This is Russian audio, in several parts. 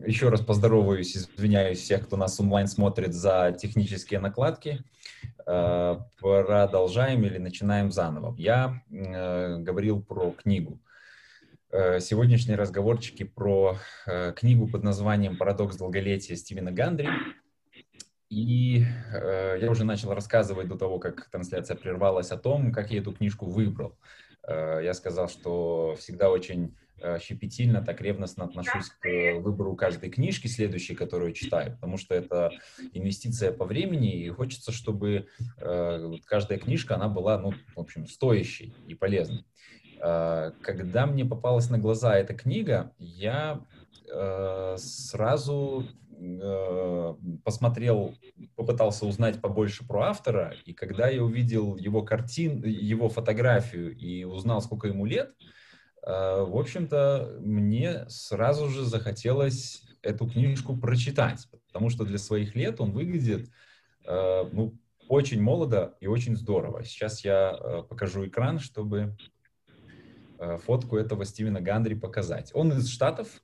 Еще раз поздороваюсь, извиняюсь всех, кто нас онлайн смотрит, за технические накладки. Продолжаем или начинаем заново. Я говорил про книгу. Сегодняшние разговорчики про книгу под названием «Парадокс долголетия» Стивена Гандри. И я уже начал рассказывать до того, как трансляция прервалась, о том, как я эту книжку выбрал. Я сказал, что всегда очень щепетильно, так ревностно отношусь к выбору каждой книжки, следующей, которую читаю, потому что это инвестиция по времени, и хочется, чтобы каждая книжка, она была, ну, в общем, стоящей и полезной. Когда мне попалась на глаза эта книга, я сразу посмотрел, попытался узнать побольше про автора, и когда я увидел его его фотографию и узнал, сколько ему лет, в общем-то, мне сразу же захотелось эту книжку прочитать, потому что для своих лет он выглядит, ну, очень молодо и очень здорово. Сейчас я покажу экран, чтобы фотку этого Стивена Гандри показать. Он из Штатов.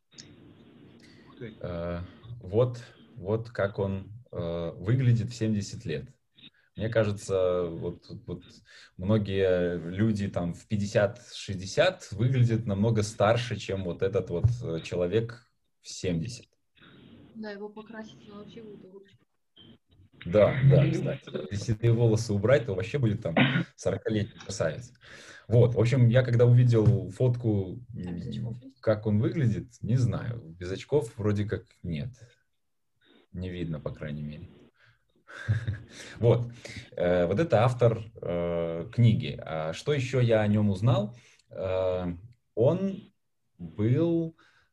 Вот как он выглядит в 70 лет. Мне кажется, вот многие люди там в 50-60 выглядят намного старше, чем вот этот вот человек в 70. Да, его покрасить вообще будет лучше. Да, кстати. Если седые волосы убрать, то вообще будет там 40-летний красавец. Вот, в общем, я когда увидел фотку, как он выглядит, не знаю. Без очков вроде как нет. Не видно, по крайней мере. Вот. Вот это автор книги. Что еще я о нем узнал? Он был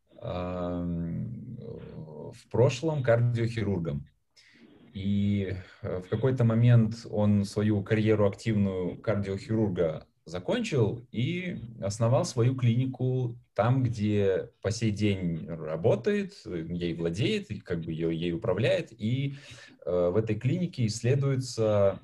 в прошлом кардиохирургом. И в какой-то момент он свою карьеру активную кардиохирурга закончил и основал свою клинику там, где по сей день работает, ей владеет, и как бы ей управляет. И в этой клинике исследуется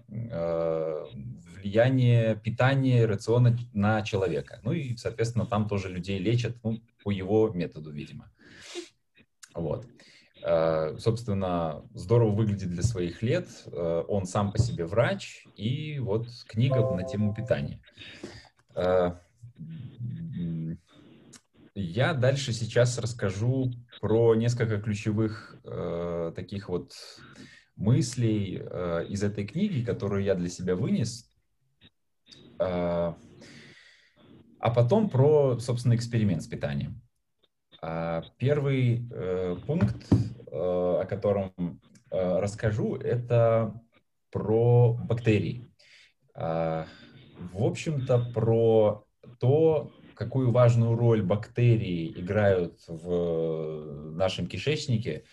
влияние питания, рациона на человека. Ну и, соответственно, там тоже людей лечат, ну, по его методу, видимо. Вот. Собственно, здорово выглядит для своих лет. Он сам по себе врач, и вот книга на тему питания. Я дальше сейчас расскажу про несколько ключевых таких вот мыслей из этой книги, которую я для себя вынес. А потом про, собственно, эксперимент с питанием. Первый пункт, о котором расскажу, это про бактерии. В общем-то, про то, какую важную роль бактерии играют в нашем кишечнике,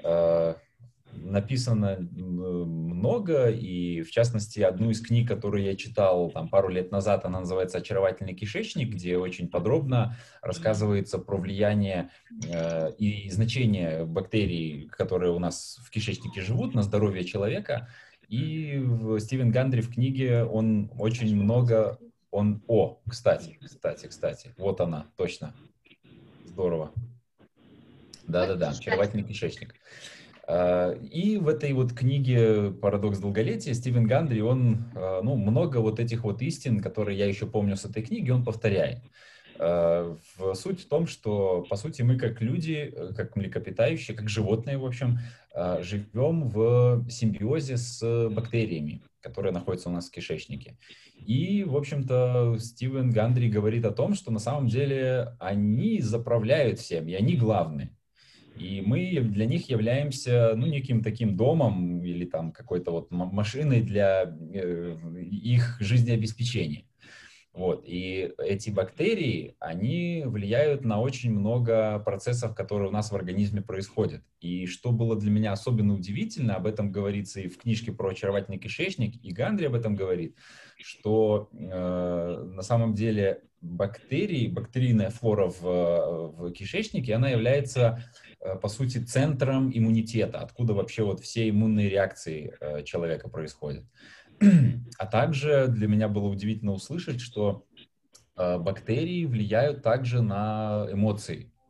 написано много, и в частности одну из книг, которую я читал там пару лет назад, она называется «Очаровательный кишечник», где очень подробно рассказывается про влияние и значение бактерий, которые у нас в кишечнике живут, на здоровье человека. И Стивен Гандри в книге он очень много... Кстати, вот она, точно. Здорово. Да, «Очаровательный кишечник». И в этой вот книге «Парадокс долголетия» Стивен Гандри, он много вот этих вот истин, которые я еще помню с этой книги, он повторяет. Суть в том, что, по сути, мы как люди, как млекопитающие, как животные, в общем, живем в симбиозе с бактериями, которые находятся у нас в кишечнике. И, в общем-то, Стивен Гандри говорит о том, что на самом деле они заправляют всем, и они главные. И мы для них являемся, неким таким домом или там какой-то вот машиной для их жизнеобеспечения. Вот. И эти бактерии, они влияют на очень много процессов, которые у нас в организме происходят. И что было для меня особенно удивительно, об этом говорится и в книжке про «Очаровательный кишечник», и Гандри об этом говорит, что на самом деле бактерийная флора в кишечнике, она является, по сути, центром иммунитета, откуда вообще вот все иммунные реакции человека происходят. А также для меня было удивительно услышать, что бактерии влияют также на эмоции.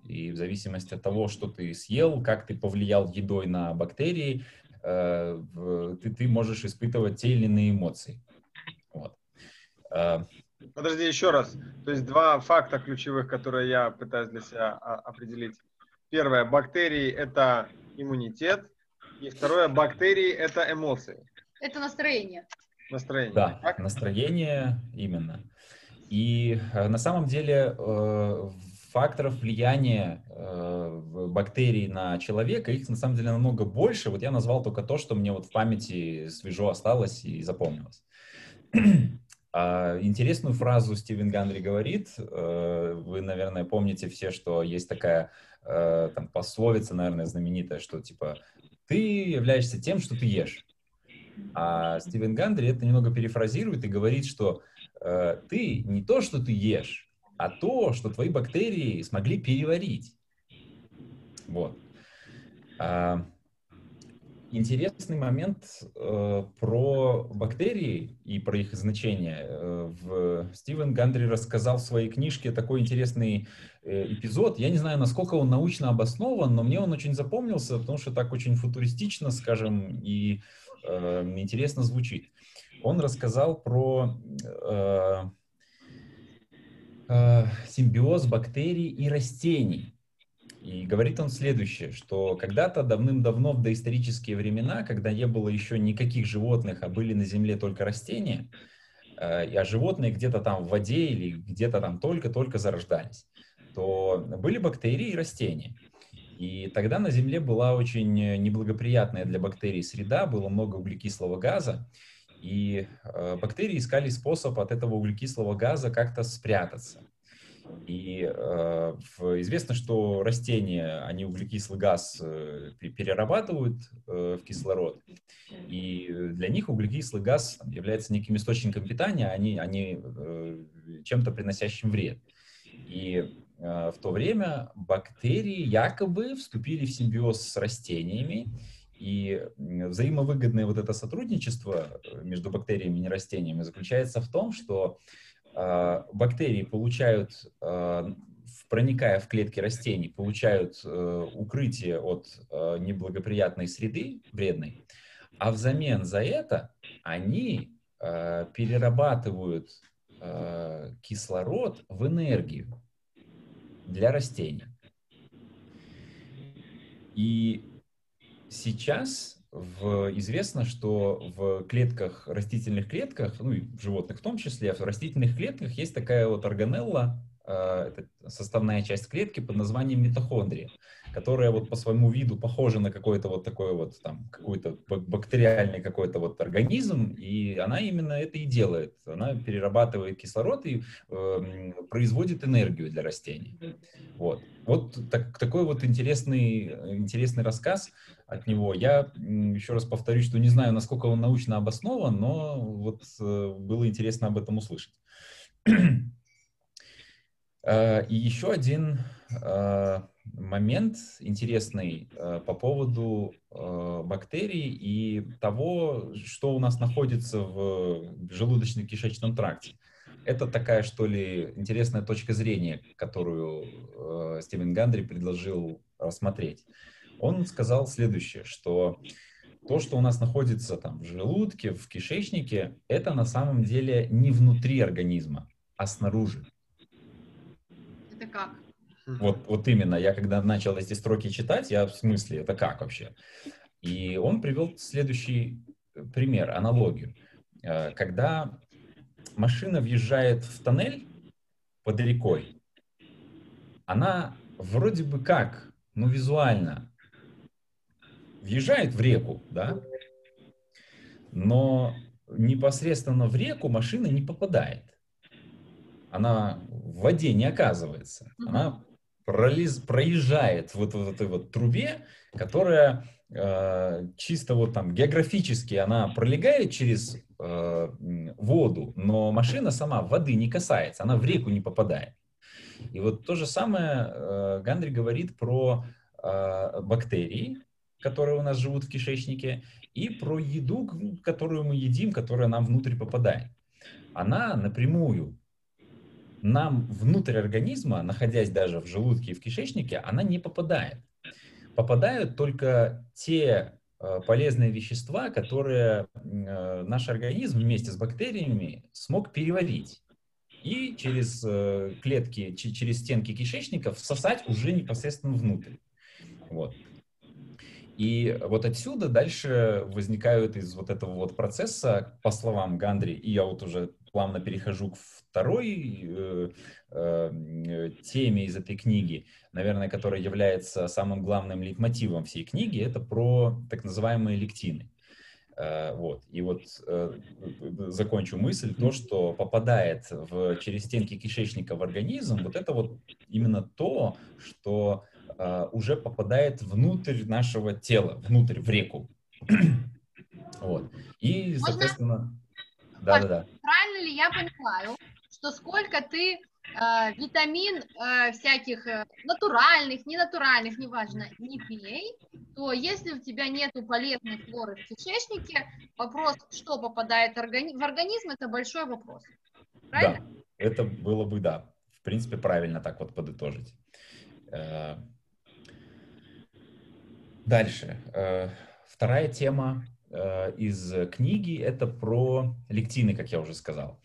И в зависимости от того, что ты съел, как ты повлиял едой на бактерии, ты можешь испытывать те или иные эмоции. Вот. Подожди, еще раз. То есть два факта ключевых, которые я пытаюсь для себя определить. Первое, бактерии – это иммунитет. И второе, бактерии – это эмоции. Это настроение. Настроение. Да, Так? настроение именно. И на самом деле факторов влияния бактерий на человека, их на самом деле намного больше. Вот я назвал только то, что мне вот в памяти свежо осталось и запомнилось. Интересную фразу Стивен Гандри говорит. Вы, наверное, помните все, что есть такая там, пословица, наверное, знаменитая, что типа «ты являешься тем, что ты ешь». А Стивен Гандри это немного перефразирует и говорит, что ты не то, что ты ешь, а то, что твои бактерии смогли переварить. Вот. Интересный момент про бактерии и про их значение. Стивен Гандри рассказал в своей книжке такой интересный эпизод. Я не знаю, насколько он научно обоснован, но мне он очень запомнился, потому что так очень футуристично, скажем, и интересно звучит. Он рассказал про симбиоз бактерий и растений. И говорит он следующее, что когда-то давным-давно в доисторические времена, когда не было еще никаких животных, а были на Земле только растения, а животные где-то там в воде или где-то там только-только зарождались, то были бактерии и растения. И тогда на Земле была очень неблагоприятная для бактерий среда, было много углекислого газа, и бактерии искали способ от этого углекислого газа как-то спрятаться. И известно, что растения, они углекислый газ перерабатывают в кислород, и для них углекислый газ является неким источником питания, они чем-то приносящим вред. И в то время бактерии якобы вступили в симбиоз с растениями, и взаимовыгодное вот это сотрудничество между бактериями и растениями заключается в том, что бактерии получают, проникая в клетки растений, получают укрытие от неблагоприятной среды, вредной, а взамен за это они перерабатывают кислород в энергию для растений. И сейчас известно, что в клетках, растительных клетках, ну и в животных в том числе, в растительных клетках есть такая вот органелла, это составная часть клетки под названием митохондрия, которая вот по своему виду похожа на какой-то вот такой вот там, какой-то бактериальный какой-то вот организм, и она именно это и делает. Она перерабатывает кислород и производит энергию для растений. Вот такой вот интересный рассказ от него. Я еще раз повторюсь, что не знаю, насколько он научно обоснован, но вот было интересно об этом услышать. И еще один момент интересный по поводу бактерий и того, что у нас находится в желудочно-кишечном тракте. Это такая, что ли, интересная точка зрения, которую Стивен Гандри предложил рассмотреть. Он сказал следующее, что то, что у нас находится там в желудке, в кишечнике, это на самом деле не внутри организма, а снаружи. Это как? Вот именно, я когда начал эти строки читать, я в смысле, это как вообще? И он привел следующий пример, аналогию. Когда машина въезжает в тоннель под рекой, она вроде бы как, ну визуально, въезжает в реку, да? Но непосредственно в реку машина не попадает. Она в воде не оказывается. Она проезжает вот в этой вот трубе, которая чисто вот там географически она пролегает через воду, но машина сама воды не касается, она в реку не попадает. И вот то же самое Гандри говорит про бактерии, которые у нас живут в кишечнике, и про еду, которую мы едим, которая нам внутрь попадает. Она напрямую нам внутрь организма, находясь даже в желудке и в кишечнике, она не попадает. Попадают только те полезные вещества, которые наш организм вместе с бактериями смог переварить и через клетки, через стенки кишечника всосать уже непосредственно внутрь. Вот. И вот отсюда дальше возникают из вот этого вот процесса, по словам Гандри, и я вот уже плавно перехожу к второй теме из этой книги, наверное, которая является самым главным лейтмотивом всей книги, это про так называемые лектины. Вот. И вот закончу мысль, то, что попадает через стенки кишечника в организм, вот это вот именно то, что уже попадает внутрь нашего тела, внутрь, в реку. Вот. И, соответственно, да-да-да. Правильно ли я понимаю, что сколько ты витамин всяких натуральных, ненатуральных, неважно, не пей, то если у тебя нету полезной флоры в кишечнике, вопрос, что попадает в организм, это большой вопрос. Правильно? Да, это было бы, да, в принципе, правильно так вот подытожить. Дальше. Вторая тема из книги — это про лектины, как я уже сказал.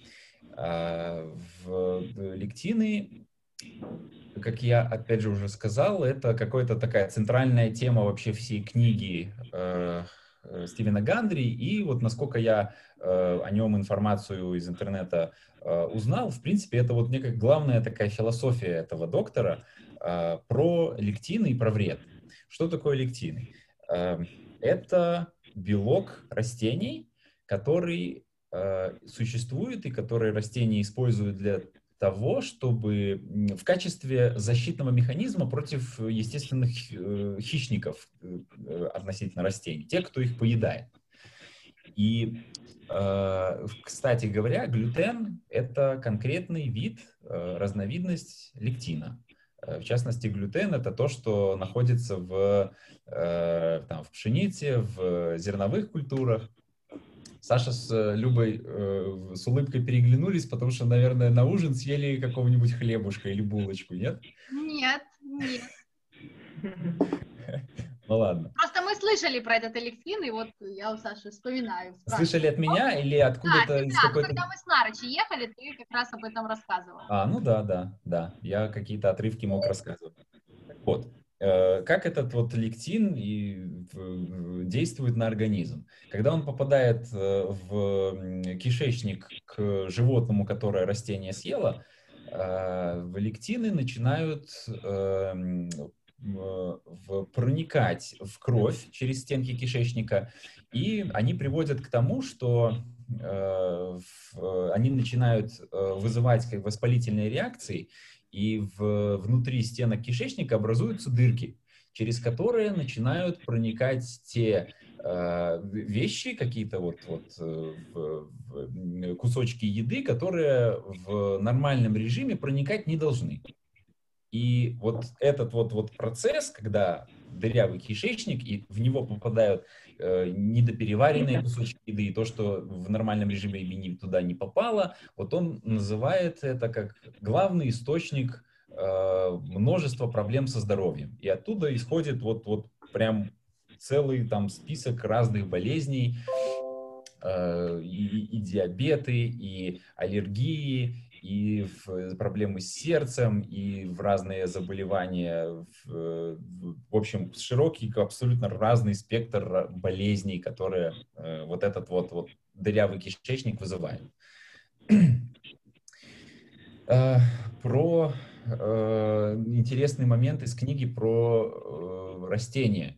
Лектины, как я опять же уже сказал, это какая-то такая центральная тема вообще всей книги Стивена Гандри, и вот насколько я о нем информацию из интернета узнал, в принципе, это вот некая главная такая философия этого доктора про лектины и про вред. Что такое лектины? Это белок растений, который существует и который растения используют для того, чтобы в качестве защитного механизма против естественных хищников относительно растений, тех, кто их поедает. И, кстати говоря, глютен — это конкретный вид, разновидность лектина. В частности, глютен — это то, что находится в пшенице, в зерновых культурах. Саша с Любой с улыбкой переглянулись, потому что, наверное, на ужин съели какого-нибудь хлебушка или булочку, нет? Нет, нет. Ну ладно. Просто мы слышали про этот лектин, и вот я у Саши вспоминаю. Слышали от меня или откуда-то из Да, какой-то... когда мы с Нарочи ехали, ты как раз об этом рассказывал. Ну да. Я какие-то отрывки мог рассказывать. Вот. Как этот вот лектин действует на организм? Когда он попадает в кишечник к животному, которое растение съело, лектины начинают проникать в кровь через стенки кишечника, и они приводят к тому, что они начинают вызывать как воспалительные реакции, и внутри стенок кишечника образуются дырки, через которые начинают проникать те вещи, какие-то кусочки еды, которые в нормальном режиме проникать не должны. И вот этот вот процесс, когда дырявый кишечник, и в него попадают недопереваренные кусочки еды, и то, что в нормальном режиме туда не попало, вот он называет это как главный источник множества проблем со здоровьем. И оттуда исходит вот прям целый там список разных болезней, и диабеты, и аллергии, и проблемы с сердцем, и в разные заболевания, в общем, широкий, абсолютно разный спектр болезней, которые вот этот вот дырявый кишечник вызывает. Про интересный момент из книги про растения.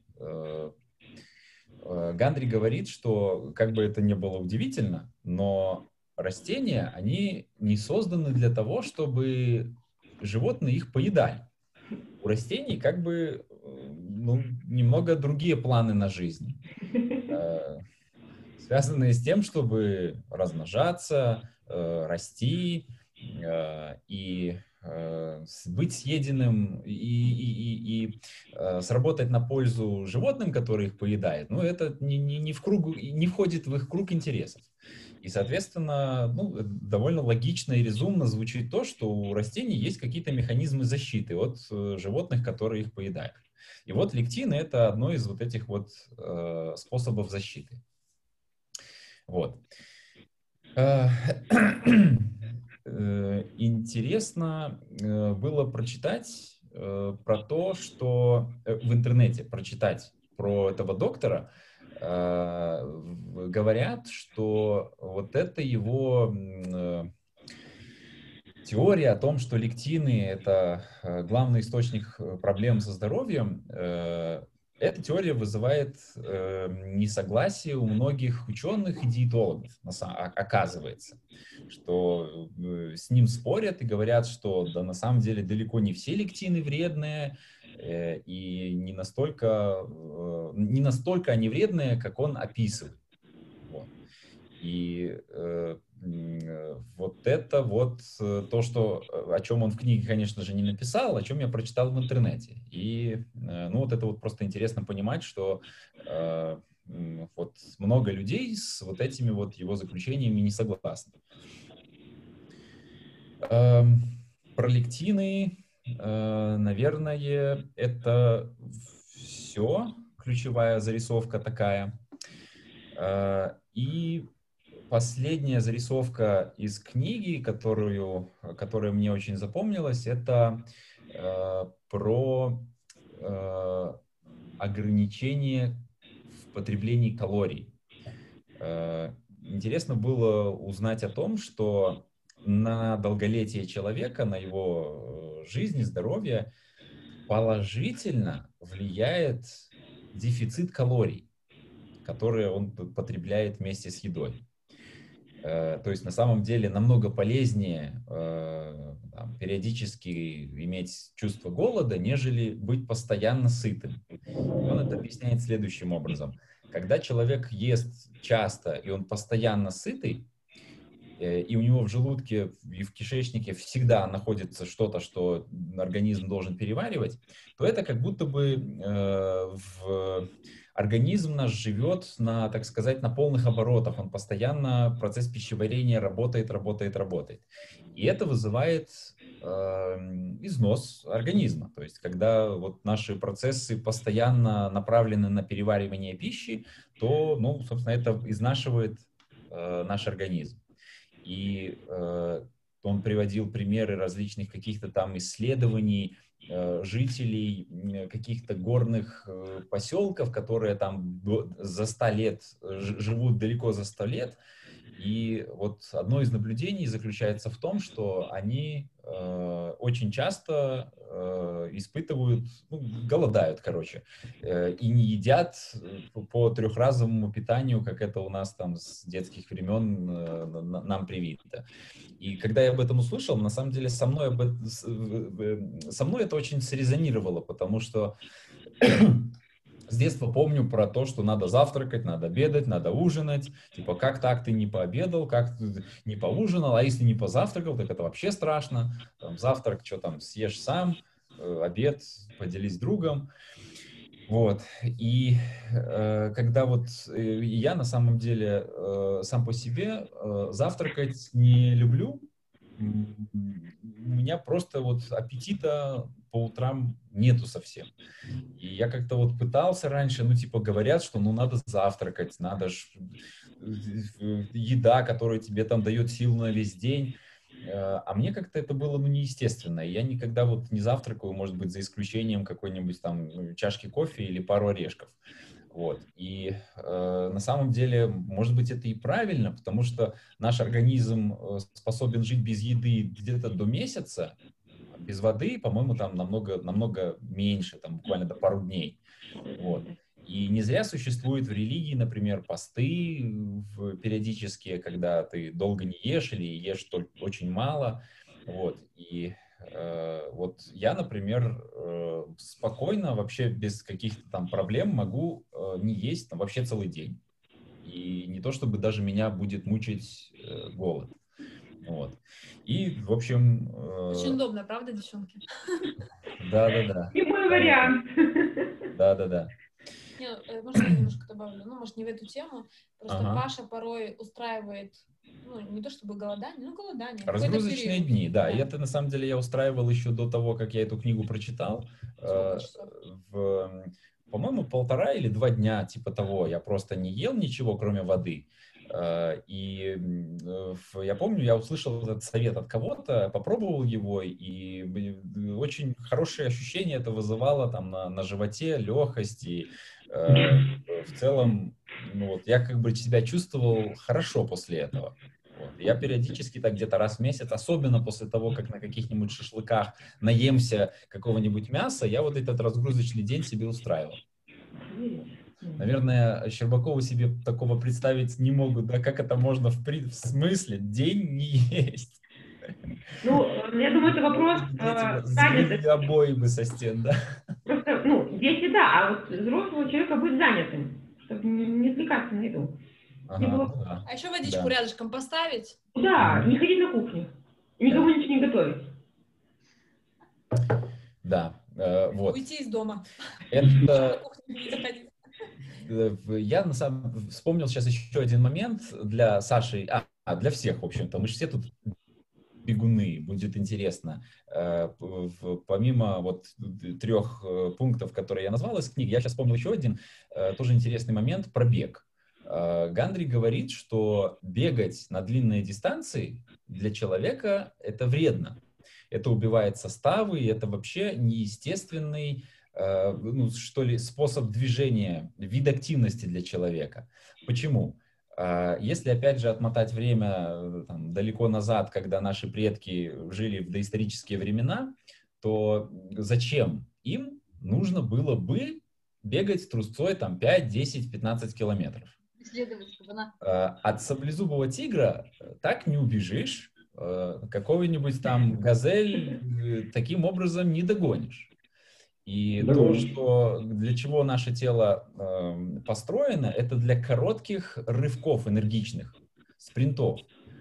Гандри говорит, что, как бы это ни было удивительно, но растения, они не созданы для того, чтобы животные их поедали. У растений как бы немного другие планы на жизнь, связанные с тем, чтобы размножаться, расти и быть съеденным и сработать на пользу животным, которые их поедают, это не входит в их круг интересов. И, соответственно, ну, довольно логично и резонно звучит то, что у растений есть какие-то механизмы защиты от животных, которые их поедают. И вот лектины — это одно из вот этих вот способов защиты. Вот. Интересно было прочитать про то, что в интернете прочитать про этого доктора. Говорят, что вот это его теория о том, что лектины — это главный источник проблем со здоровьем, эта теория вызывает несогласие у многих ученых и диетологов, оказывается, что с ним спорят и говорят, что да, на самом деле далеко не все лектины вредные, и не настолько они вредные, как он описывает. Вот. И вот это вот то, что, о чем он в книге, конечно же, не написал, о чем я прочитал в интернете. И ну, вот это вот просто интересно понимать, что вот много людей с вот этими вот его заключениями не согласны. Про лектины, наверное, это все, ключевая зарисовка такая. И последняя зарисовка из книги, которая мне очень запомнилась, это про ограничение в потреблении калорий. Интересно было узнать о том, что на долголетие человека, на его жизнь и здоровье положительно влияет дефицит калорий, которые он потребляет вместе с едой. То есть на самом деле намного полезнее периодически иметь чувство голода, нежели быть постоянно сытым. И он это объясняет следующим образом. Когда человек ест часто, и он постоянно сытый, и у него в желудке и в кишечнике всегда находится что-то, что организм должен переваривать, то это как будто бы организм наш живет на, так сказать, на полных оборотах. Он постоянно, процесс пищеварения работает. И это вызывает износ организма. То есть, когда вот наши процессы постоянно направлены на переваривание пищи, то, ну, собственно, это изнашивает наш организм. И он приводил примеры различных каких-то там исследований жителей каких-то горных поселков, которые там за 100 лет, живут далеко за 100 лет. И вот одно из наблюдений заключается в том, что они очень часто испытывают, ну, голодают, короче, и не едят по трехразовому питанию, как это у нас там с детских времен нам привито. И когда я об этом услышал, на самом деле со мной это очень срезонировало, потому что с детства помню про то, что надо завтракать, надо обедать, надо ужинать. Типа, как так ты не пообедал, как ты не поужинал, а если не позавтракал, так это вообще страшно. Там, завтрак, что там, съешь сам, обед поделись с другом. Вот. И когда вот я на самом деле сам по себе завтракать не люблю, у меня просто вот аппетита по утрам нету совсем. И я как-то вот пытался раньше, ну, типа, говорят, что, ну, надо завтракать, надо ж еда, которая тебе там дает силу на весь день. А мне как-то это было, ну, неестественно. И я никогда вот не завтракаю, может быть, за исключением какой-нибудь там чашки кофе или пару орешков. Вот. И на самом деле, может быть, это и правильно, потому что наш организм способен жить без еды где-то до месяца, без воды, по-моему, там намного меньше, там буквально до пару дней. Вот. И не зря существует в религии, например, посты периодические, когда ты долго не ешь или ешь только очень мало. Вот. И вот я, например, спокойно, вообще без каких-то там проблем могу не есть там, вообще целый день. И не то, чтобы даже меня будет мучить голод. Вот. И, в общем... Очень удобно, правда, девчонки? Да. Не мой вариант. Да. Можно я немножко добавлю? Ну, может, не в эту тему. Просто Ага. Паша порой устраивает, ну, не то чтобы голодание, но голодание. Какой-то Разгрузочные период. дни, да. И это, на самом деле, я устраивал еще до того, как я эту книгу прочитал. Сколько часов? По-моему, 1,5 или 2 дня, типа того. Я просто не ел ничего, кроме воды. И я помню, я услышал этот совет от кого-то, попробовал его, и очень хорошее ощущение это вызывало там на животе, легкость, и в целом, ну вот, я как бы себя чувствовал хорошо после этого. Вот. Я периодически так где-то раз в месяц, особенно после того, как на каких-нибудь шашлыках наемся какого-нибудь мяса, я вот этот разгрузочный день себе устраивал. Наверное, Щербаковы себе такого представить не могут, да, как это можно в смысле день не есть. Ну, я думаю, это вопрос Сгребли обои бы со стен, да? Просто, ну, дети, да, а вот взрослого человека быть занятым, чтобы не отвлекаться на еду. Ага, да. А еще водичку рядышком поставить? Да, не ходить на кухню. Никому ничего не готовить. Да, вот. Уйти из дома. Это... Не заходить. Я вспомнил сейчас еще один момент для Саши, для всех, в общем-то. Мы же все тут бегуны, будет интересно. Помимо вот 3 пунктов, которые я назвал из книги, я сейчас вспомнил еще один тоже интересный момент про бег. Гандри говорит, что бегать на длинные дистанции для человека это вредно. Это убивает составы, и это вообще неестественный, ну, что ли, способ движения, вид активности для человека. Почему? Если, опять же, отмотать время там, далеко назад, когда наши предки жили в доисторические времена, то зачем им нужно было бы бегать трусцой там 5, 10, 15 километров? От саблезубого тигра так не убежишь, какого-нибудь там газель таким образом не догонишь. И то, что для чего наше тело построено, это для коротких рывков энергичных, спринтов.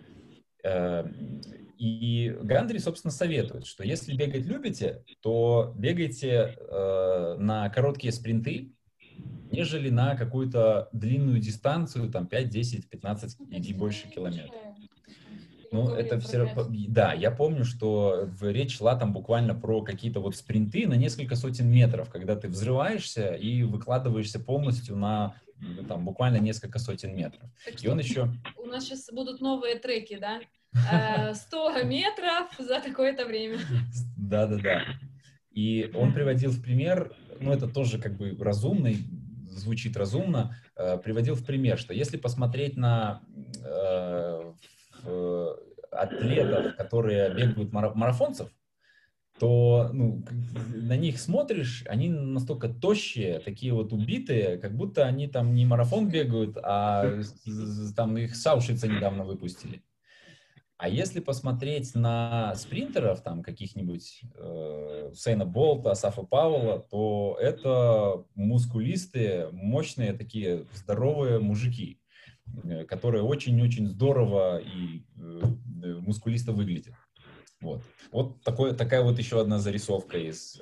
И Гандри, собственно, советует, что если бегать любите, то бегайте на короткие спринты, нежели на какую-то длинную дистанцию, там 5, 10, 15 и больше километров. Ну, это все... Да, я помню, что речь шла там буквально про какие-то вот спринты на несколько сотен метров, когда ты взрываешься и выкладываешься полностью на там буквально несколько сотен метров. Так и он еще... У нас сейчас будут новые треки, да? 100 метров за такое-то время. Да. И он приводил в пример, ну, это тоже как бы разумный, звучит разумно, приводил в пример, что если посмотреть на атлетов, которые бегают марафонцев, то ну, на них смотришь, они настолько тощие, такие вот убитые, как будто они там не марафон бегают, а там их с Аушвица недавно выпустили. А если посмотреть на спринтеров, там каких-нибудь Сейна Болта, Асафа Пауэлла, то это мускулистые, мощные такие здоровые мужики, которые очень-очень здорово и мускулисто выглядят. Вот такая вот еще одна зарисовка из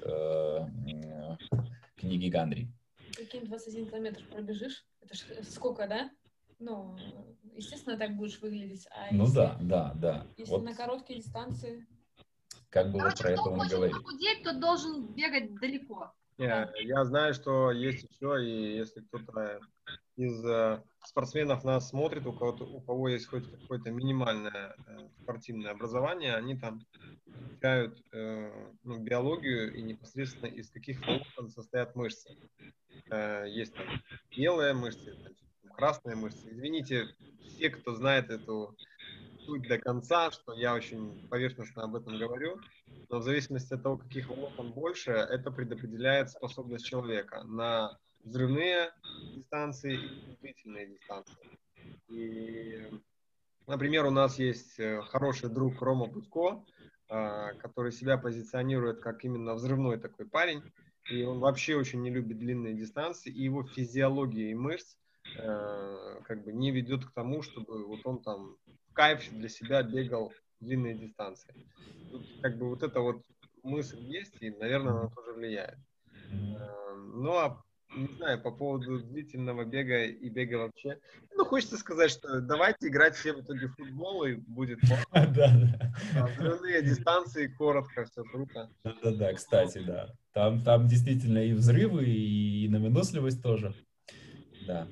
книги Гандри. Каким 21 километр пробежишь? Это сколько, да? Ну, естественно, так будешь выглядеть. А ну если, да. Если вот на короткие дистанции... Как бы вот про это он и говорит. Кто хочет похудеть, тот должен бегать далеко. Я знаю, что есть еще, и если кто-то из спортсменов нас смотрит, у кого есть хоть какое-то минимальное спортивное образование, они там изучают биологию и непосредственно из каких волокон состоят мышцы. Есть там белые мышцы, красные мышцы. Извините, все, кто знает эту суть до конца, что я очень поверхностно об этом говорю, но в зависимости от того, каких волокон больше, это предопределяет способность человека на взрывные дистанции и длительные дистанции. И, например, у нас есть хороший друг Рома Будько, который себя позиционирует как именно взрывной такой парень, и он вообще очень не любит длинные дистанции, и его физиология и мышц как бы не ведет к тому, чтобы вот он там в кайф для себя бегал длинные дистанции. Тут как бы вот эта вот мысль есть, и, наверное, она тоже влияет. Ну, а не знаю, по поводу длительного бега и бега вообще. Ну, хочется сказать, что давайте играть все в итоге в футбол, и будет Да, да. взрывные дистанции, коротко, все круто. Да, кстати, да. Там действительно и взрывы, и на выносливость тоже. Да.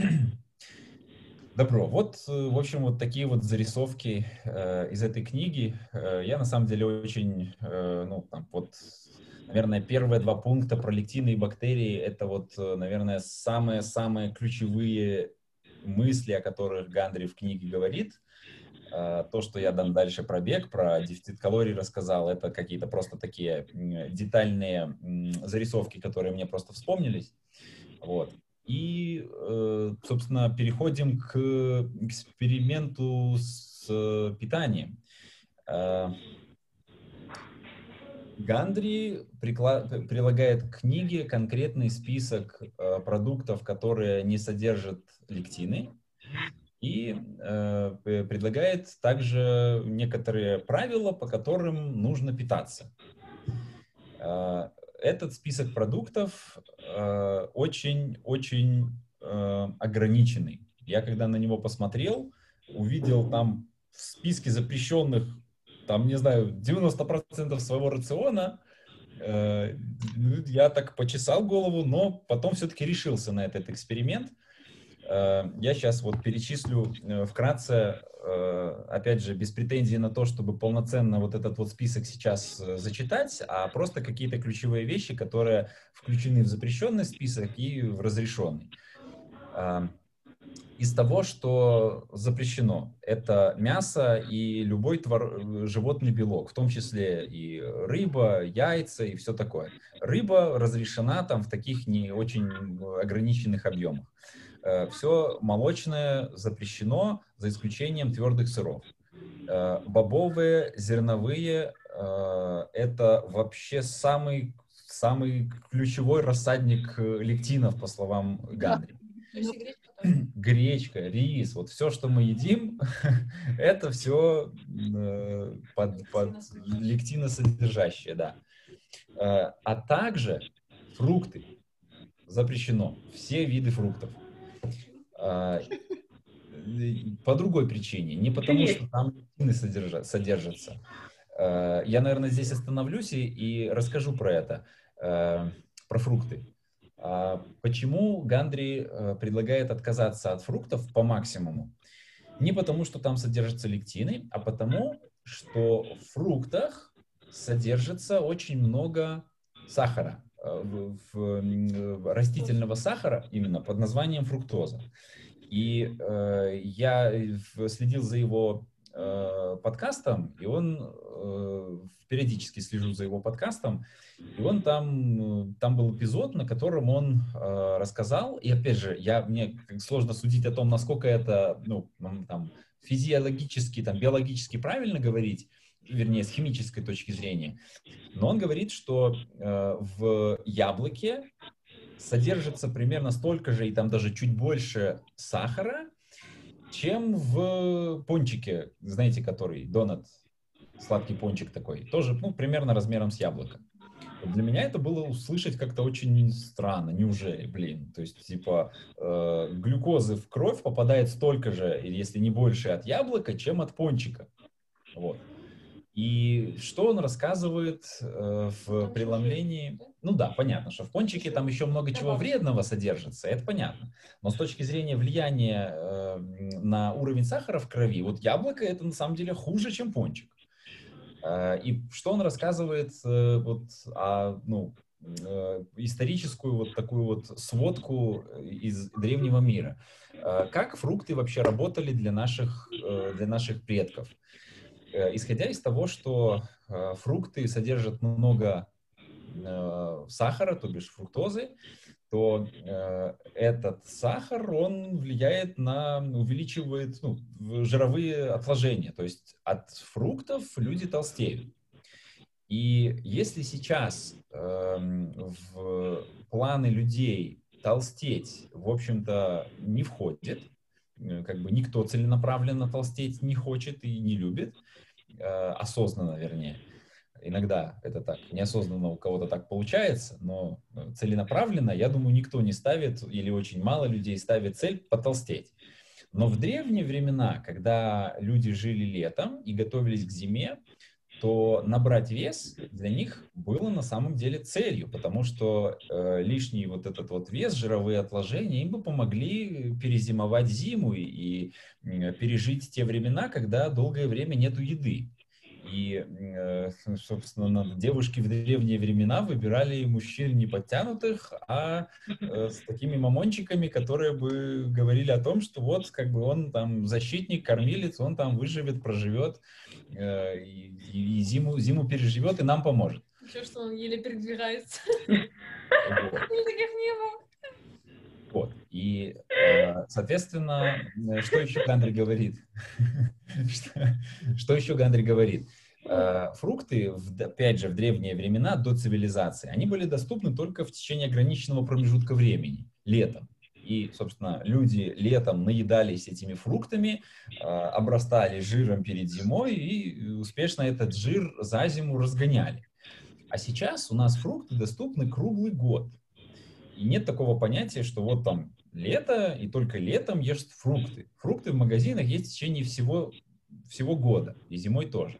Добро. Вот, в общем, вот такие вот зарисовки из этой книги. Я на самом деле очень, ну, там, вот, наверное, первые 2 пункта про лектины и бактерии, это вот, наверное, самые-самые ключевые мысли, о которых Гандри в книге говорит. То, что я дам дальше про бег, про дефицит калорий рассказал, это какие-то просто такие детальные зарисовки, которые мне просто вспомнились. Вот. И, собственно, переходим к эксперименту с питанием. Гандри прилагает к книге конкретный список продуктов, которые не содержат лектины, и предлагает также некоторые правила, по которым нужно питаться. Этот список продуктов очень-очень ограниченный. Я когда на него посмотрел, увидел там в списке запрещенных, там, не знаю, 90% своего рациона. Я так почесал голову, но потом все-таки решился на этот эксперимент. Я сейчас вот перечислю вкратце, опять же, без претензий на то, чтобы полноценно вот этот вот список сейчас зачитать, а просто какие-то ключевые вещи, которые включены в запрещенный список и в разрешенный. Из того, что запрещено, это мясо и любой животный белок, в том числе и рыба, яйца и все такое. Рыба разрешена там в таких не очень ограниченных объемах. Все молочное запрещено, за исключением твердых сыров. Бобовые, зерновые это вообще самый ключевой рассадник лектинов, по словам Гандри. Гречка, рис, вот все, что мы едим, это все под лектиносодержащее, да. А также фрукты запрещено, все виды фруктов. По другой причине, не потому что там лектины содержатся. Я, наверное, здесь остановлюсь и расскажу про это, про фрукты. Почему Гандри предлагает отказаться от фруктов по максимуму? Не потому, что там содержатся лектины, а потому, что в фруктах содержится очень много сахара, растительного сахара именно под названием фруктоза. И я следил за его подкастом, и он периодически слежу за его подкастом, и он там был эпизод, на котором он рассказал, и опять же, мне сложно судить о том, насколько это, ну, там, физиологически, там, биологически правильно говорить, вернее, с химической точки зрения, но он говорит, что в яблоке содержится примерно столько же, и там даже чуть больше сахара, чем в пончике, знаете, который, донат, сладкий пончик такой, тоже, ну, примерно размером с яблоко. Для меня это было услышать как-то очень странно, неужели, блин, то есть, типа, глюкозы в кровь попадает столько же, если не больше от яблока, чем от пончика, вот. И что он рассказывает в преломлении? Ну да, понятно, что в пончике там еще много чего вредного содержится, это понятно. Но с точки зрения влияния на уровень сахара в крови, вот яблоко это на самом деле хуже, чем пончик. И что он рассказывает вот историческую вот такую вот сводку из древнего мира. Как фрукты вообще работали для наших предков? Исходя из того, что фрукты содержат много сахара, то бишь фруктозы, то этот сахар, он влияет увеличивает жировые отложения. То есть от фруктов люди толстеют. И если сейчас в планы людей толстеть, в общем-то, не входит, как бы никто целенаправленно толстеть не хочет и не любит, осознанно, вернее, Иногда это так неосознанно у кого-то так получается, но целенаправленно, я думаю, никто не ставит, или очень мало людей ставит цель потолстеть. Но в древние времена, когда люди жили летом и готовились к зиме, то набрать вес для них было на самом деле целью, потому что лишний вот этот вот вес, жировые отложения, им бы помогли перезимовать зиму и пережить те времена, когда долгое время нету еды. И, собственно, девушки в древние времена выбирали мужчин не подтянутых, а с такими мамончиками, которые бы говорили о том, что вот как бы он там защитник, кормилец, он там выживет, проживет, и зиму переживет и нам поможет. Еще что он еле передвигается. Вот. Таких не было. Вот. И, соответственно, что еще Гандри говорит? Что еще Гандри говорит? Фрукты, опять же, в древние времена, до цивилизации, они были доступны только в течение ограниченного промежутка времени, летом. И, собственно, люди летом наедались этими фруктами, обрастали жиром перед зимой и успешно этот жир за зиму разгоняли. А сейчас у нас фрукты доступны круглый год. И нет такого понятия, что вот там лето, и только летом ешь фрукты. Фрукты в магазинах есть в течение всего года, и зимой тоже.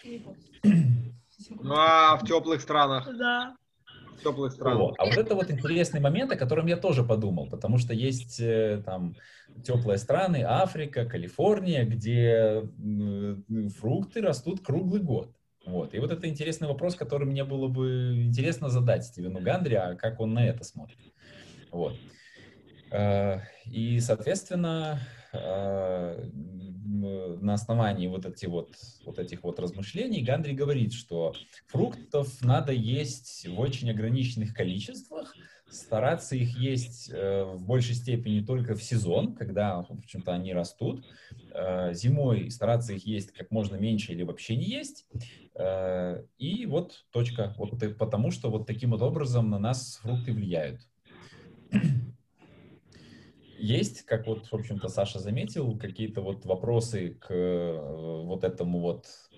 Ну, а в теплых странах? Да. В теплых странах. А вот это вот интересный момент, о котором я тоже подумал, потому что есть там теплые страны, Африка, Калифорния, где фрукты растут круглый год. Вот. И вот это интересный вопрос, который мне было бы интересно задать Стивену Гандри, а как он на это смотрит. Вот. И, соответственно, на основании вот этих вот размышлений Гандри говорит, что фруктов надо есть в очень ограниченных количествах, стараться их есть в большей степени только в сезон, когда, в общем-то, они растут. Зимой стараться их есть как можно меньше или вообще не есть. И вот точка. Вот потому что вот таким вот образом на нас фрукты влияют. Есть, как вот, в общем-то, Саша заметил, какие-то вот вопросы к вот этому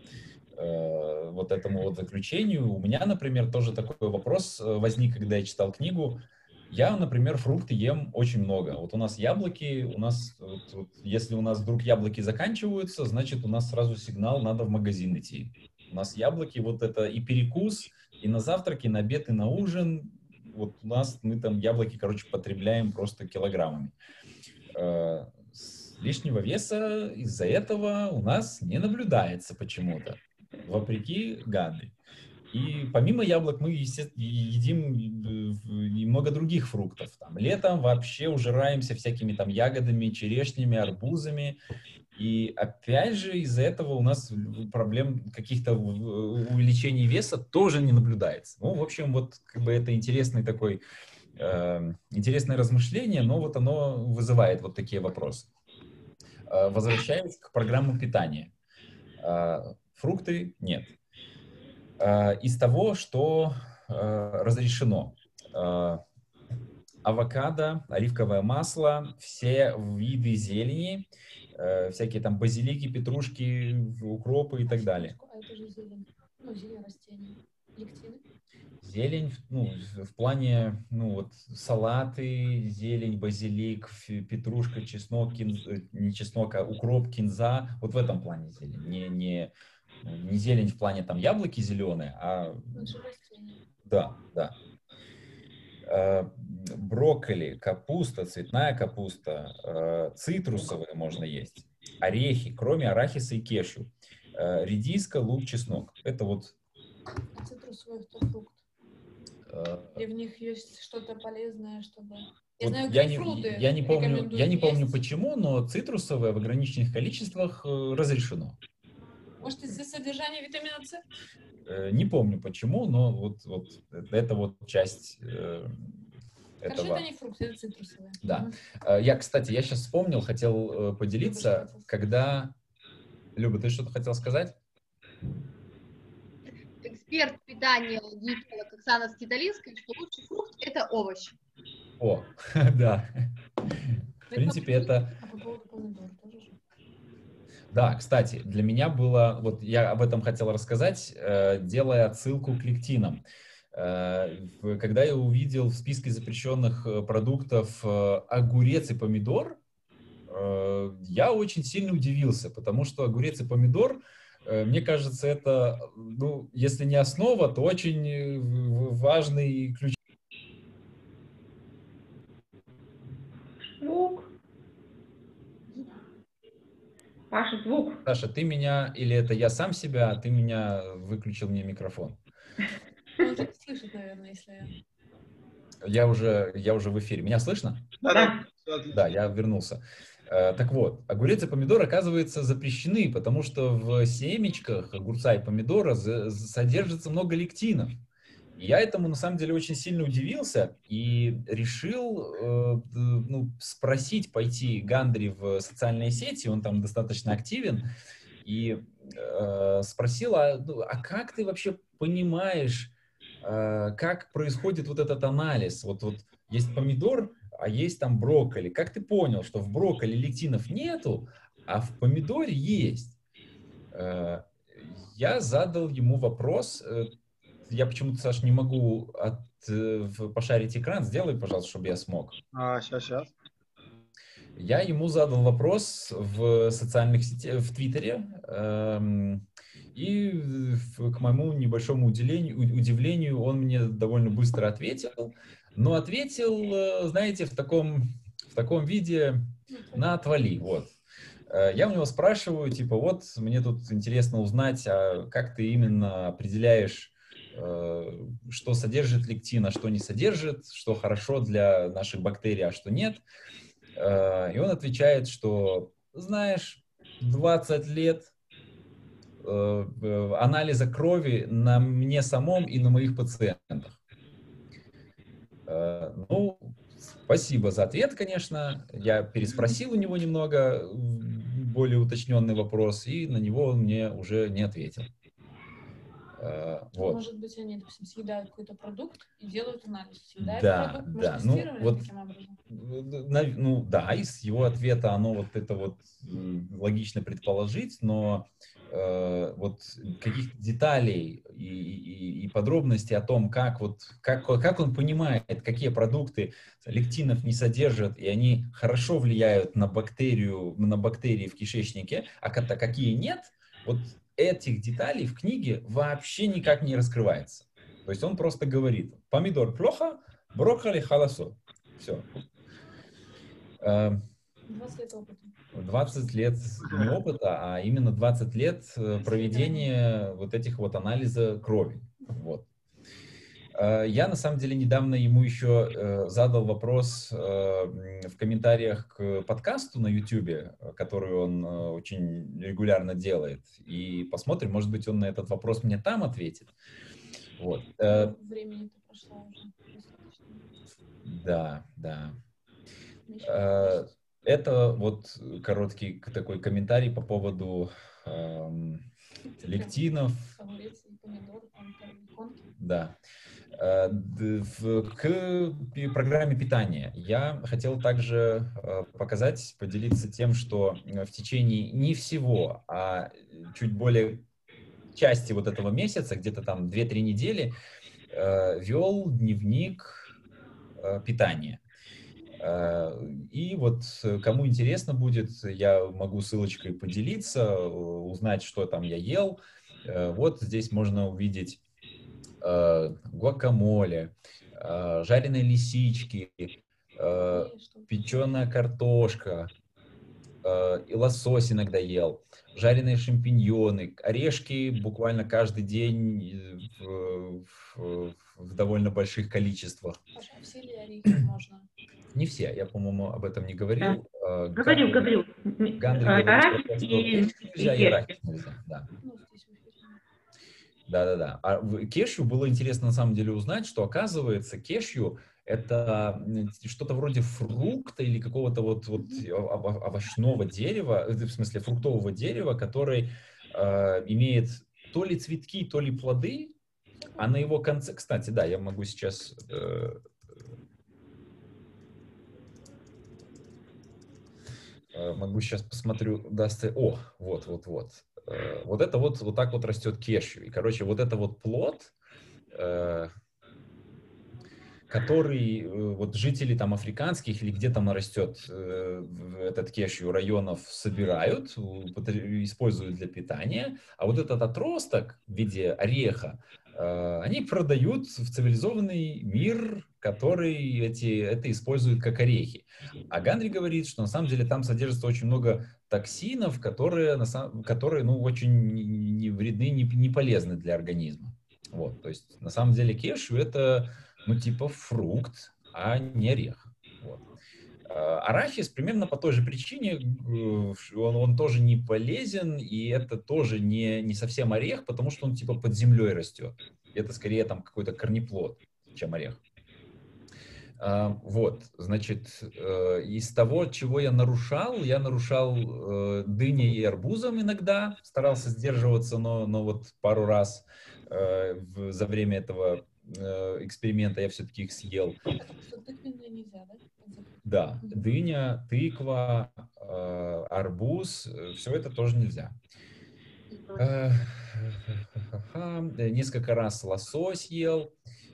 заключению. У меня, например, тоже такой вопрос возник, когда я читал книгу. Я, например, фрукты ем очень много. Вот у нас яблоки, если у нас вдруг яблоки заканчиваются, значит, у нас сразу сигнал, надо в магазин идти. У нас яблоки, вот это и перекус, и на завтрак, и на обед, и на ужин. Вот у нас мы там яблоки, короче, потребляем просто килограммами. Лишнего веса из-за этого у нас не наблюдается почему-то, вопреки Гандри. И помимо яблок мы, естественно, едим и много других фруктов. Там, летом вообще ужираемся всякими там ягодами, черешнями, арбузами. И опять же из-за этого у нас проблем каких-то увеличений веса тоже не наблюдается. Ну, в общем, вот как бы это интересное размышление, но вот оно вызывает вот такие вопросы. Возвращаясь к программам питания. Фрукты нет. Из того, что разрешено. Авокадо, оливковое масло, все виды зелени, всякие там базилики, петрушки, укропы и так далее. А это же зелень. Ну, зелень растений. Лектины. Зелень, ну, в плане, ну, вот, салаты, зелень, базилик, петрушка, чеснок, не чеснок, а укроп, кинза. Вот в этом плане зелень. Не зелень в плане там яблоки зеленые, а... Да. Брокколи, капуста, цветная капуста, цитрусовые можно есть, орехи, кроме арахиса и кешью, редиска, лук, чеснок. Это вот... А цитрусовые — это фрукт? И в них есть что-то полезное, чтобы... Я не помню почему, но цитрусовые в ограниченных количествах разрешено. Может, из-за содержания витамина С? Не помню почему, но вот это вот часть Короче, это не фрукты, это цитрусовые. Да. Я сейчас вспомнил, хотел поделиться, когда... Люба, ты что-то хотела сказать? Эксперт питания диетолог Оксана Скиталинская, что лучший фрукт – это овощ. О, да. В принципе, это... А по поводу помидор тоже же? Да, кстати, для меня было, вот я об этом хотел рассказать, делая отсылку к лектинам. Когда я увидел в списке запрещенных продуктов огурец и помидор, я очень сильно удивился, потому что огурец и помидор, мне кажется, это, ну, если не основа, то очень важный ключ. Звук. Паша, звук. Саша, ты меня, или это я сам себя, а ты меня выключил мне микрофон? Он же слышит, наверное, если... Я уже в эфире. Меня слышно? Да. Всё отлично. Да, я вернулся. Так вот, огурец и помидор, оказывается, запрещены, потому что в семечках огурца и помидора содержится много лектинов. И я этому, на самом деле, очень сильно удивился и решил спросить, пойти Гандри в социальные сети, он там достаточно активен, и спросил, а как ты вообще понимаешь, как происходит вот этот анализ? Вот есть помидор, а есть там брокколи. Как ты понял, что в брокколи лектинов нету, а в помидоре есть? Я задал ему вопрос. Я почему-то, Саш, не могу пошарить экран. Сделай, пожалуйста, чтобы я смог. Сейчас. Я ему задал вопрос в социальных сетях, в Твиттере, и к моему небольшому удивлению он мне довольно быстро ответил, но ответил, знаете, в таком виде на отвали, вот. Я у него спрашиваю, типа, вот, мне тут интересно узнать, а как ты именно определяешь, что содержит лектин, а что не содержит, что хорошо для наших бактерий, а что нет. И он отвечает, что, знаешь, 20 лет анализа крови на мне самом и на моих пациентах. Ну, спасибо за ответ, конечно. Я переспросил у него немного более уточненный вопрос, и на него он мне уже не ответил. Вот. Может быть, они, допустим, съедают какой-то продукт и делают анализ. Съедают Да, продукт, да. может, Ну, тестировали вот, таким образом? ну, да, из его ответа оно вот это вот логично предположить, но вот каких-то деталей и подробностей о том, как он понимает, какие продукты лектинов не содержат, и они хорошо влияют на бактерии в кишечнике, а какие нет, вот этих деталей в книге вообще никак не раскрывается. То есть он просто говорит, помидор плохо, брокколи хорошо. Все. 20 лет опыта. 20 лет не опыта, а именно 20 лет проведения вот этих вот анализа крови. Вот. Я, на самом деле, недавно ему еще задал вопрос в комментариях к подкасту на YouTube, который он очень регулярно делает. И посмотрим, может быть, он на этот вопрос мне там ответит. Вот. Времени-то прошло уже достаточно. Да. Это вот короткий такой комментарий по поводу лектинов. Огурец и помидоры, там, иконки. Да. К программе питания я хотел также поделиться тем, что в течение не всего, а чуть более части вот этого месяца, где-то там 2-3 недели, вел дневник питания. И вот кому интересно будет, я могу ссылочкой поделиться, узнать, что там я ел. Вот здесь можно увидеть гуакамоле, жареные лисички, печеная картошка, и лосось иногда ел, жареные шампиньоны, орешки буквально каждый день в довольно больших количествах. Паша, все ли орехи можно? Не все, я, по-моему, об этом не говорил. Говорил. Гандри Арахис говорил, что и нельзя, и арахис нельзя, да. Ну, здесь в эфире. Да. А в кешью было интересно на самом деле узнать, что оказывается кешью это что-то вроде фрукта или какого-то вот овощного дерева, в смысле фруктового дерева, который имеет то ли цветки, то ли плоды, а на его конце, кстати, да, я могу сейчас... Могу сейчас посмотрю, даст... О, вот. Вот это вот так вот растет кешью. И, короче, вот это вот плод, который вот жители там африканских или где там растет этот кешью районов собирают, используют для питания, а вот этот отросток в виде ореха они продают в цивилизованный мир, который это использует как орехи. А Гандри говорит, что на самом деле там содержится очень много токсинов, которые ну, очень не вредны, не полезны для организма. Вот, то есть на самом деле кешью это ну, типа фрукт, а не орех. Вот. Арахис примерно по той же причине, он тоже не полезен, и это тоже не совсем орех, потому что он типа под землей растет. Это скорее там какой-то корнеплод, чем орех. Вот, значит, из того, чего я нарушал дыней и арбузом иногда, старался сдерживаться, но вот пару раз за время этого эксперимента я все-таки их съел. Тыквенные нельзя, да? Да, дыня, тыква, арбуз, все это тоже нельзя. Несколько раз лосось ел,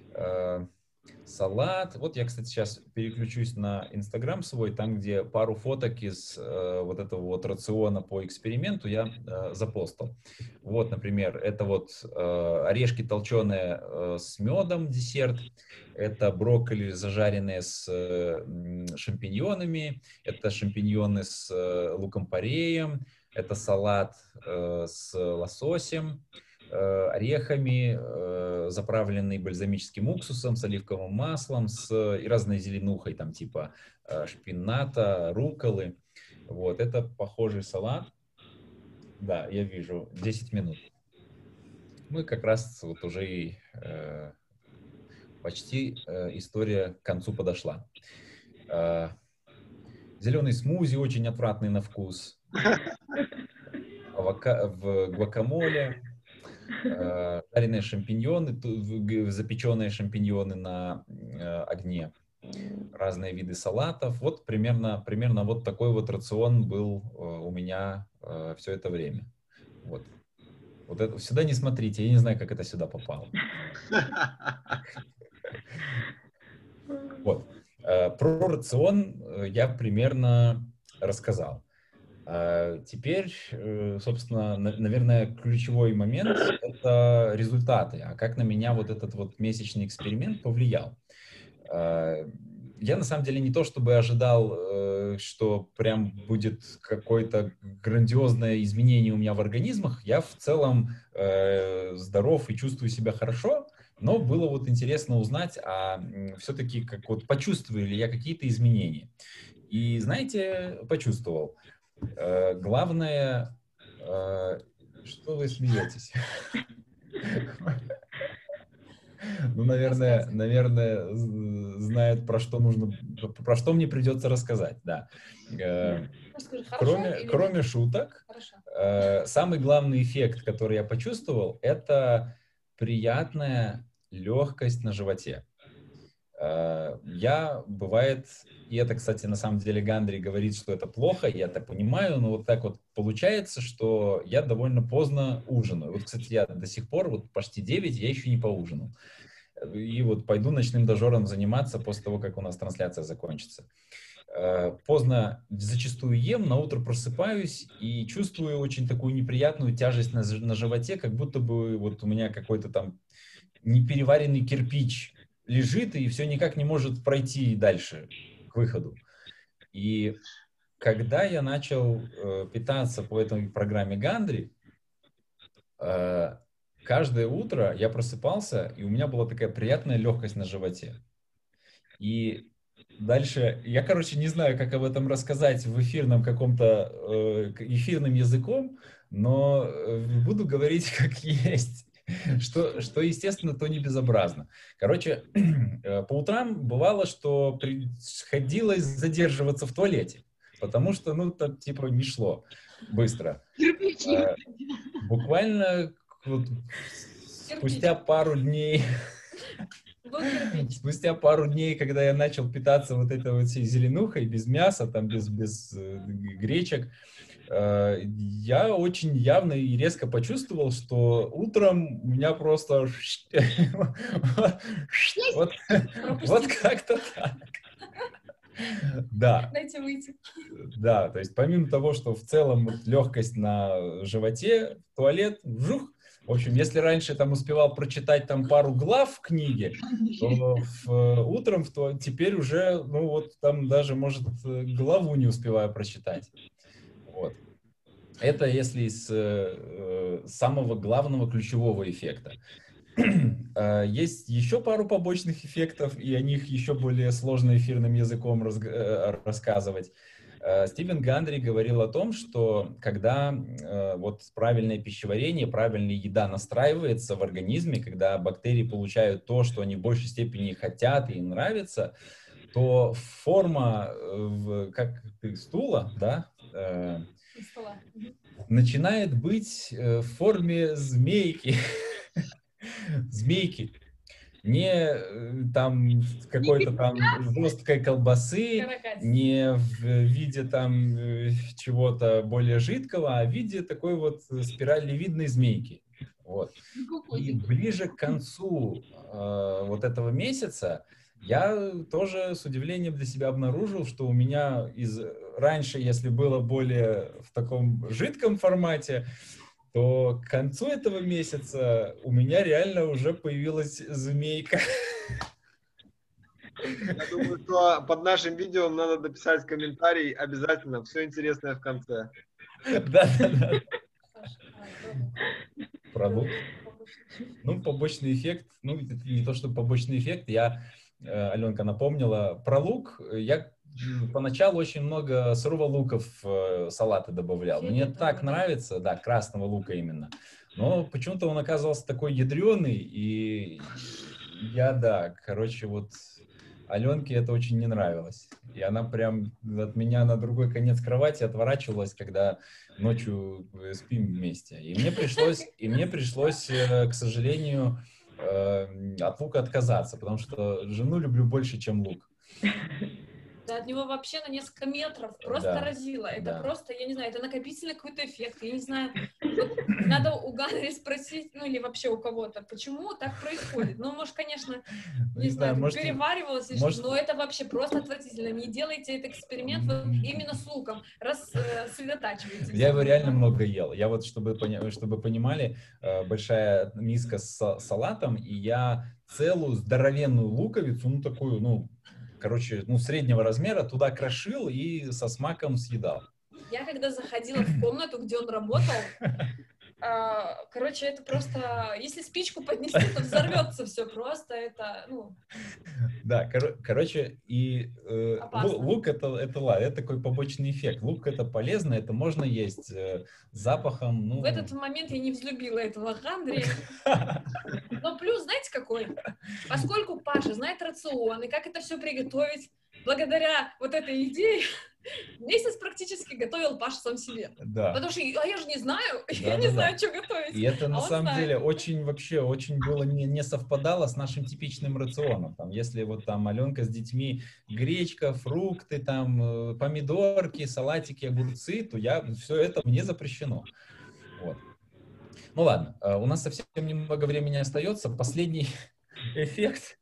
салат. Вот я, кстати, сейчас переключусь на Инстаграм свой, там, где пару фоток из вот этого вот рациона по эксперименту я запостил. Вот, например, это вот орешки толченые с медом, десерт. Это брокколи, зажаренные с шампиньонами. Это шампиньоны с луком-пореем. Это салат с лососем, орехами, заправленный бальзамическим уксусом, с оливковым маслом, и разной зеленухой, там типа шпината, рукколы. Вот, это похожий салат. Да, я вижу, 10 минут. Мы как раз вот уже и почти история к концу подошла. Зеленый смузи очень отвратный на вкус. В гвакамоле. Жареные шампиньоны, запеченные шампиньоны на огне, разные виды салатов. Вот примерно вот такой вот рацион был у меня все это время. Вот это, сюда не смотрите, я не знаю, как это сюда попало. Вот. Про рацион я примерно рассказал. Теперь, собственно, наверное, ключевой момент – это результаты. А как на меня вот этот вот месячный эксперимент повлиял? Я, на самом деле, не то чтобы ожидал, что прям будет какое-то грандиозное изменение у меня в организмах. Я в целом здоров и чувствую себя хорошо, но было вот интересно узнать, а все-таки как вот почувствую ли я какие-то изменения. И, знаете, почувствовал. Главное, что вы смеетесь? Ну, наверное, знает, про что мне придется рассказать, да. Кроме шуток, самый главный эффект, который я почувствовал, это приятная легкость на животе. Я, бывает, и это, кстати, на самом деле Гандри говорит, что это плохо, я это понимаю, но вот так вот получается, что я довольно поздно ужинаю. Вот, кстати, я до сих пор, вот почти 9, я еще не поужинал. И вот пойду ночным дожором заниматься после того, как у нас трансляция закончится. Поздно зачастую ем, на утро просыпаюсь и чувствую очень такую неприятную тяжесть на животе, как будто бы вот у меня какой-то там непереваренный кирпич лежит и все никак не может пройти дальше к выходу. И когда я начал питаться по этой программе Гандри, каждое утро я просыпался, и у меня была такая приятная легкость на животе. И дальше, я, короче, не знаю, как об этом рассказать в эфирном каком-то, эфирным языком, но буду говорить как есть. Что, естественно, то не безобразно. Короче, по утрам бывало, что приходилось задерживаться в туалете, потому что, ну, так, типа, не шло быстро. Буквально вот, спустя пару дней... Спустя пару дней, когда я начал питаться вот этой вот всей зеленухой, без мяса, там, без гречек, я очень явно и резко почувствовал, что утром у меня просто вот как-то так. Да. Дайте выйти. Да, то есть помимо того, что в целом вот легкость на животе, туалет, вжух. В общем, если раньше там успевал прочитать там пару глав в книге, то утром теперь уже, ну вот там даже, может, главу не успеваю прочитать. Вот. Это если из самого главного ключевого эффекта. Есть еще пару побочных эффектов, и о них еще более сложно эфирным языком рассказывать. Стивен Гандри говорил о том, что когда вот правильное пищеварение, правильная еда настраивается в организме, когда бактерии получают то, что они в большей степени хотят и им нравится, то форма как стула, да, начинает быть в форме змейки. Змейки. Не там какой-то там жесткой колбасы, не в виде там чего-то более жидкого, а в виде такой вот спиралевидной змейки. Вот. И ближе к концу вот этого месяца я тоже с удивлением для себя обнаружил, что у меня раньше, если было более в таком жидком формате, то к концу этого месяца у меня реально уже появилась змейка. Я думаю, что под нашим видео надо дописать комментарий обязательно. Все интересное в конце. Да. Продукт. Ну, побочный эффект. Ну, это не то, что побочный эффект. Аленка напомнила про лук. Я поначалу очень много сырого лука в салаты добавлял. Мне так нравится, да, красного лука именно. Но почему-то он оказался такой ядреный, и вот Аленке это очень не нравилось. И она прям от меня на другой конец кровати отворачивалась, когда ночью спим вместе. И мне пришлось, к сожалению, от лука отказаться, потому что жену люблю больше, чем лук. Да, от него вообще на несколько метров просто разило. Это просто, я не знаю, это накопительный какой-то эффект. Я не знаю, вот надо у Гандри спросить, ну или вообще у кого-то, почему так происходит. Ну, может, конечно, не знаю, может, переваривалось, но это вообще просто отвратительно. Не делайте этот эксперимент вот именно с луком. Рассредотачивайте. Я его реально много ел. Я вот, чтобы понимали, большая миска с салатом, и я целую здоровенную луковицу, ну такую, среднего размера, туда крошил и со смаком съедал. Я когда заходила в комнату, где он работал, короче, это просто, если спичку поднести, то взорвется все просто, это, Да, короче, и лук это такой побочный эффект. Лук это полезно, это можно есть с запахом. В этот момент я не взлюбила этого Гандри. Но плюс, знаете какой? Поскольку Паша знает рацион и как это все приготовить, благодаря вот этой идее, месяц практически готовил Паша сам себе. Да. Потому что я же не знаю, я не знаю, что готовить. И это на самом деле очень было не совпадало с нашим типичным рационом. Там, если вот там Аленка с детьми гречка, фрукты, там помидорки, салатики, огурцы, то все это мне запрещено. Вот. Ну ладно, у нас совсем немного времени остается. Последний эффект,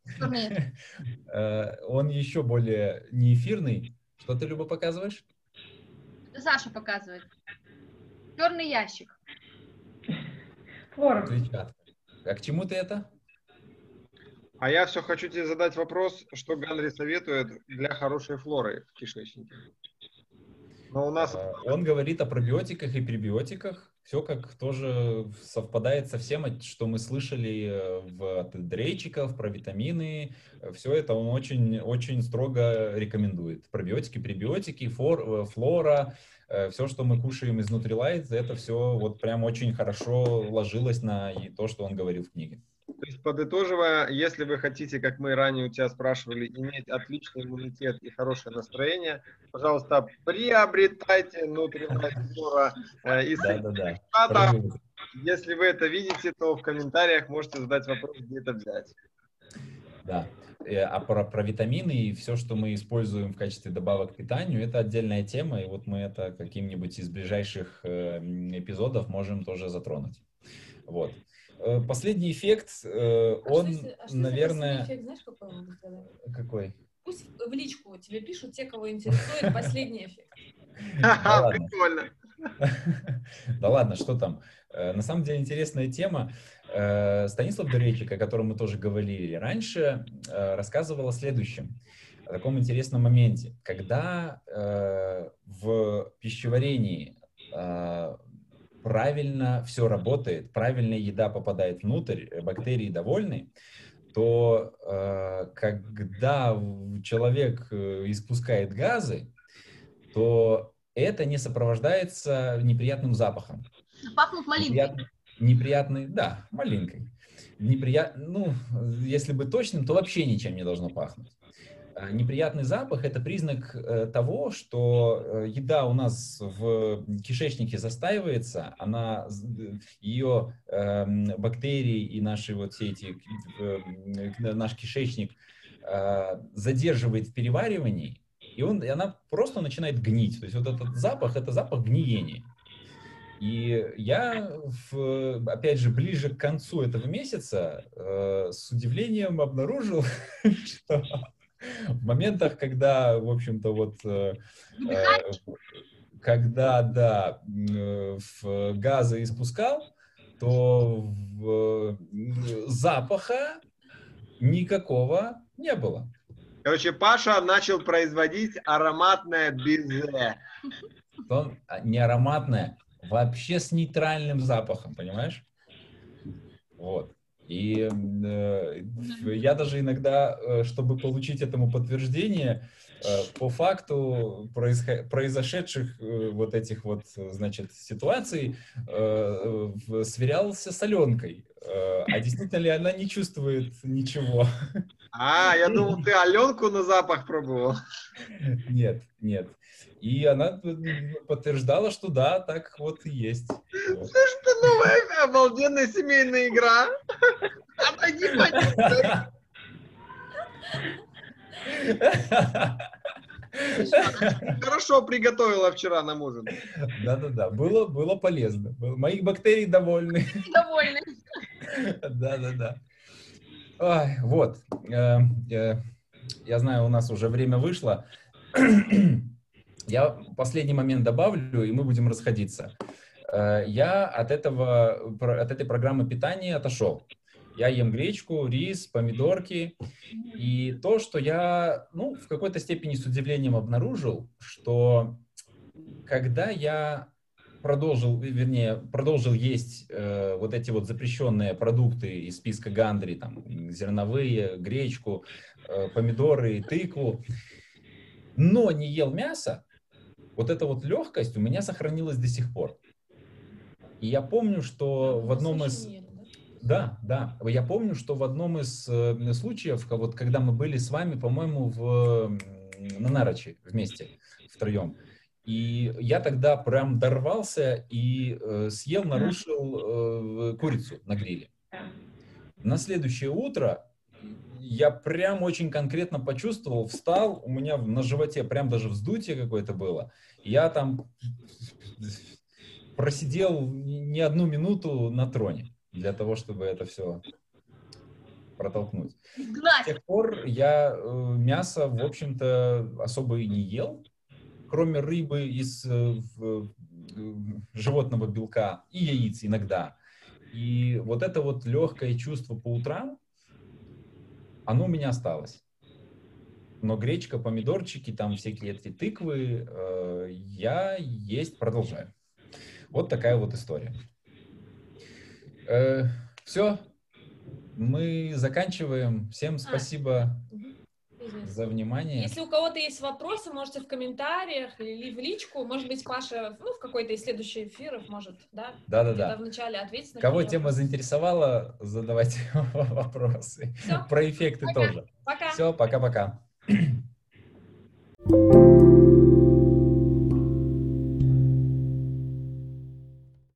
он еще более неэфирный. Что ты, Люба, показываешь? Саша показывает. Черный ящик. Клетчатка. А к чему ты это? А я все хочу тебе задать вопрос, что Гандри советует для хорошей флоры в кишечнике. Но у нас... Он говорит о пробиотиках и пребиотиках. Все как тоже совпадает со всем, что мы слышали от дрейчиков, про витамины. Все это он очень, очень строго рекомендует. Пробиотики, пребиотики, флора, все, что мы кушаем из Nutrilite, это все вот прям очень хорошо ложилось на то, что он говорил в книге. То есть, подытоживая, если вы хотите, как мы ранее у тебя спрашивали, иметь отличный иммунитет и хорошее настроение, пожалуйста, приобретайте Nutrilite Flora из Штатов. Если вы это видите, то в комментариях можете задать вопрос, где это взять. Да. А про витамины и все, что мы используем в качестве добавок к питанию, это отдельная тема, и вот мы это каким-нибудь из ближайших эпизодов можем тоже затронуть. Вот. Последний эффект, наверное... Эффект, знаешь, какой мы сделаем? Какой? Пусть в личку тебе пишут те, кого интересует последний эффект. Да ладно. Прикольно. Да ладно, что там? На самом деле интересная тема. Станислав Дурейчик, о котором мы тоже говорили раньше, рассказывал о следующем, о таком интересном моменте. Когда в пищеварении правильно все работает, правильная еда попадает внутрь, бактерии довольны, то когда человек испускает газы, то это не сопровождается неприятным запахом. Пахнут малинкой. Неприятный, да, малинкой. Ну, если быть точным, то вообще ничем не должно пахнуть. Неприятный запах – это признак того, что еда у нас в кишечнике застаивается, ее бактерии и наши вот все эти, наш кишечник задерживает в переваривании, и она просто начинает гнить. То есть вот этот запах – это запах гниения. И я, опять же, ближе к концу этого месяца с удивлением обнаружил, что в моментах, когда, в общем-то, вот, когда, да, в газы испускал, то запаха никакого не было. Короче, Паша начал производить ароматное безе. Он не ароматное, вообще с нейтральным запахом, понимаешь? Вот. И я даже иногда, чтобы получить этому подтверждение, по факту произошедших вот этих вот, значит, ситуаций, сверялся с Аленкой. А действительно ли она не чувствует ничего? Я думал, ты Аленку на запах пробовал. Нет, нет. И она подтверждала, что да, так вот и есть. Вот. Слушай, это новая обалденная семейная игра. Отойди, пойди. Хорошо приготовила вчера нам ужин. Да-да-да, было полезно. Мои бактерии довольны. Довольны. Да-да-да. Вот. Я знаю, у нас уже время вышло. Я последний момент добавлю, и мы будем расходиться. Я от этой программы питания отошел. Я ем гречку, рис, помидорки. И то, что я, в какой-то степени с удивлением обнаружил, что когда я продолжил есть вот эти вот запрещенные продукты из списка Гандри, там, зерновые, гречку, помидоры, тыкву, но не ел мясо, вот эта вот легкость у меня сохранилась до сих пор. И я помню, что в одном из... Да, я помню, что в одном из случаев, вот, когда мы были с вами, по-моему, на Нарочи вместе, втроем, и я тогда прям дорвался и нарушил курицу на гриле. На следующее утро я прям очень конкретно почувствовал, встал, у меня на животе прям даже вздутие какое-то было. Я там просидел не одну минуту на троне для того, чтобы это все протолкнуть. С тех пор я мясо, в общем-то, особо и не ел, кроме рыбы из животного белка и яиц иногда. И вот это вот легкое чувство по утрам, оно у меня осталось. Но гречка, помидорчики, там всякие эти тыквы я есть продолжаю. Вот такая вот история. Все, мы заканчиваем. Всем спасибо за внимание. Если у кого-то есть вопросы, можете в комментариях или в личку. Может быть, Паша в какой-то из следующих эфиров может, да? Да. Вначале ответить на кого тема заинтересовала, задавайте вопросы. Все. Про эффекты тоже. Пока. Все, пока-пока.